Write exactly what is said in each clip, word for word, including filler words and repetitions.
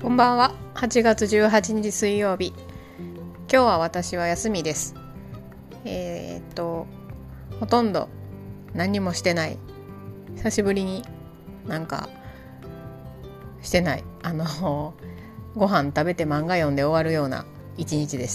こんばんは。はちがつじゅうはちにち水曜日。今日は私は休みです。えー、っとほとんど何もしてない。久しぶりになんかしてない。あのご飯食べて漫画読んで終わるような一日でした。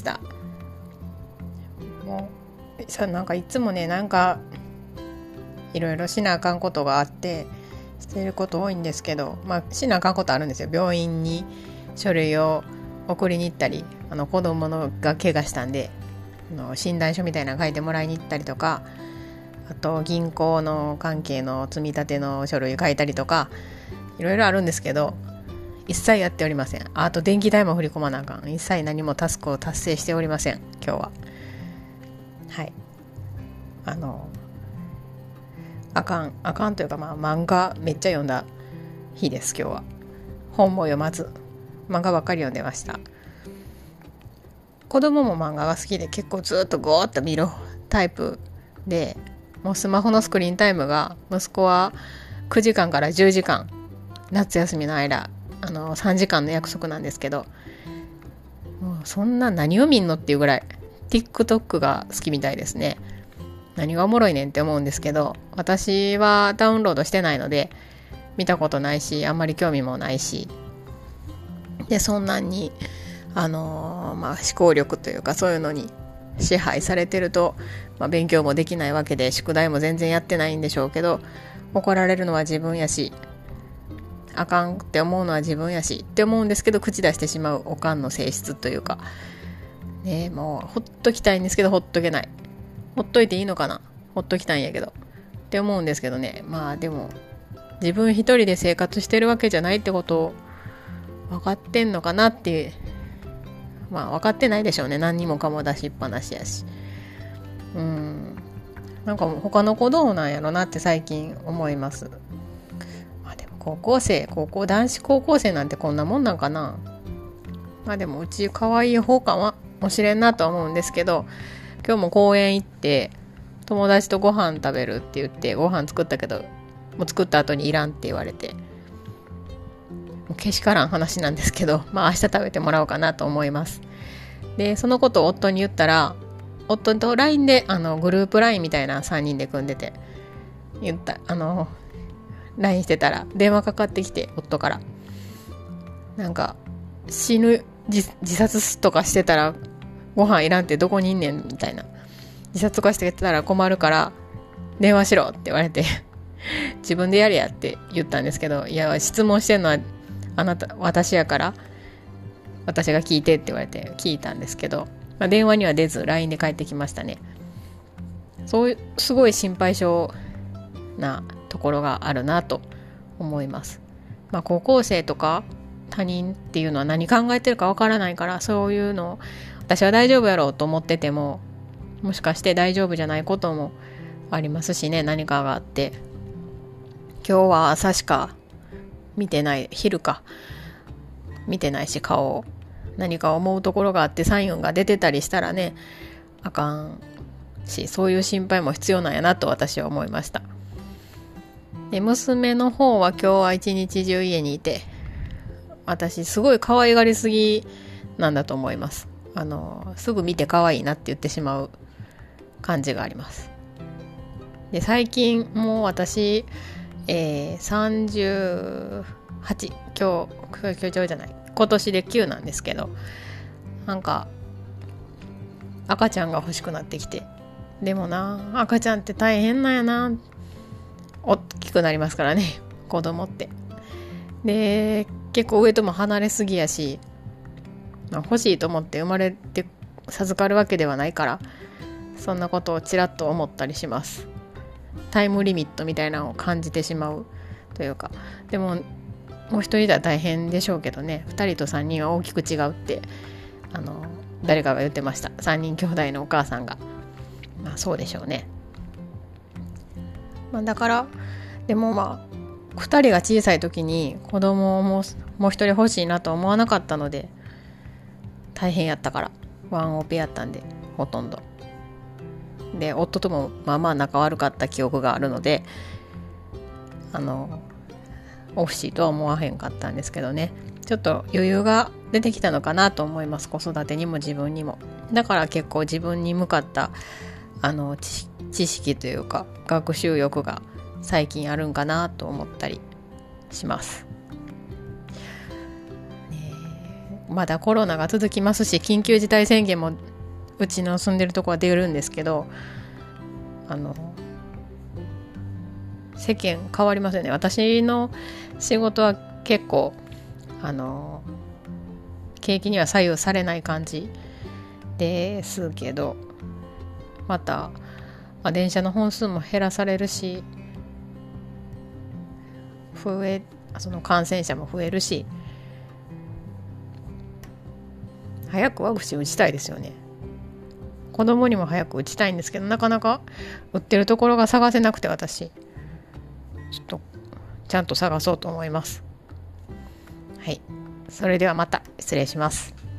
もうさなんかいつもねなんかいろいろしなあかんことがあってしてること多いんですけど、まあしなあかんことあるんですよ。病院に書類を送りに行ったり、あの子供のが怪我したんであの診断書みたいなの書いてもらいに行ったりとか、あと銀行の関係の積み立ての書類書いたりとかいろいろあるんですけど、一切やっておりません。あと電気代も振り込まなあかん。一切何もタスクを達成しておりません今日は。はいあのあかんあかんというか、まあ漫画めっちゃ読んだ日です。今日は本も読まず漫画ばっかり読んでました。子供も漫画が好きで結構ずっとゴーッと見るタイプで、もうスマホのスクリーンタイムが息子はくじかんからじゅうじかん、夏休みの間あのさんじかんの約束なんですけど、もうそんな何を見んのっていうぐらい TikTok が好きみたいですね。何がおもろいねんって思うんですけど、私はダウンロードしてないので見たことないし、あんまり興味もないし、でそんなにあのー、まあ思考力というかそういうのに支配されてると、まあ、勉強もできないわけで宿題も全然やってないんでしょうけど、怒られるのは自分やし、あかんって思うのは自分やしって思うんですけど、口出してしまうおかんの性質というかね、もうほっときたいんですけどほっとけない。ほっといていいのかな、ほっときたいんやけどって思うんですけどね。まあでも自分一人で生活してるわけじゃないってことを分かってんのかなっていう、まあ分かってないでしょうね。何にもかも出しっぱなしやし、うーんなんかもう他の子どうなんやろなって最近思います。まあでも高校生高校男子高校生なんてこんなもんなんかな。まあでもうち可愛い方かもしれんなとは思うんですけど、今日も公園行って友達とご飯食べるって言ってご飯作ったけど、もう作った後にいらんって言われて、もうけしからん話なんですけど、まあ明日食べてもらおうかなと思います。でそのことを夫に言ったら、夫と ライン であのグループ ライン みたいなさんにんで組んでて、言ったあの ライン してたら電話かかってきて、夫からなんか死ぬ 自, 自殺とかしてたらご飯いらんってどこにいんねんみたいな、自殺とかしてたら困るから電話しろって言われて自分でやれやって言ったんですけど、いや質問してんのはあなた私やから私が聞いてって言われて聞いたんですけど、まあ、電話には出ず ライン で帰ってきましたね。そういうすごい心配性なところがあるなと思います。まあ高校生とか他人っていうのは何考えてるかわからないから、そういうのを私は大丈夫やろうと思ってても、もしかして大丈夫じゃないこともありますしね。何かがあって、今日は朝しか見てない、昼か見てないし顔を、何か思うところがあってサインが出てたりしたらね、あかんし、そういう心配も必要なんやなと私は思いました。で娘の方は今日は一日中家にいて、私すごい可愛がりすぎなんだと思います。あのすぐ見て可愛いなって言ってしまう感じがあります。で最近もう私、えー、さんじゅうはち、今日今日じゃない今年できゅうなんですけど、なんか赤ちゃんが欲しくなってきて、でもな赤ちゃんって大変なんやな、大きくなりますからね子供って。で結構上とも離れすぎやし、まあ、欲しいと思って生まれて授かるわけではないから、そんなことをちらっと思ったりします。タイムリミットみたいなのを感じてしまうというか、でももう一人では大変でしょうけどね、ふたりとさんにんは大きく違うってあの誰かが言ってました。さんにん兄弟のお母さんが。まあそうでしょうね。まあ、だからでもまあふたりが小さい時に子供をもうもう一人欲しいなと思わなかったので、大変やったから、ワンオペやったんでほとんどで、夫ともまあまあ仲悪かった記憶があるので、あの欲しいとは思わへんかったんですけどね。 ちょっと余裕が出てきたのかなと思います。子育てにも自分にも。だから結構自分に向かったあの 知, 知識というか学習欲が最近あるんかなと思ったりします。まだコロナが続きますし、緊急事態宣言もうちの住んでるとこは出るんですけど、あの世間変わりますよね。私の仕事は結構あの景気には左右されない感じですけど、また、まあ、電車の本数も減らされるし、増えその感染者も増えるし、早くワクチン打ちたいですよね。子供にも早く打ちたいんですけど、なかなか打ってるところが探せなくて、私ちょっとちゃんと探そうと思います。はい、それではまた失礼します。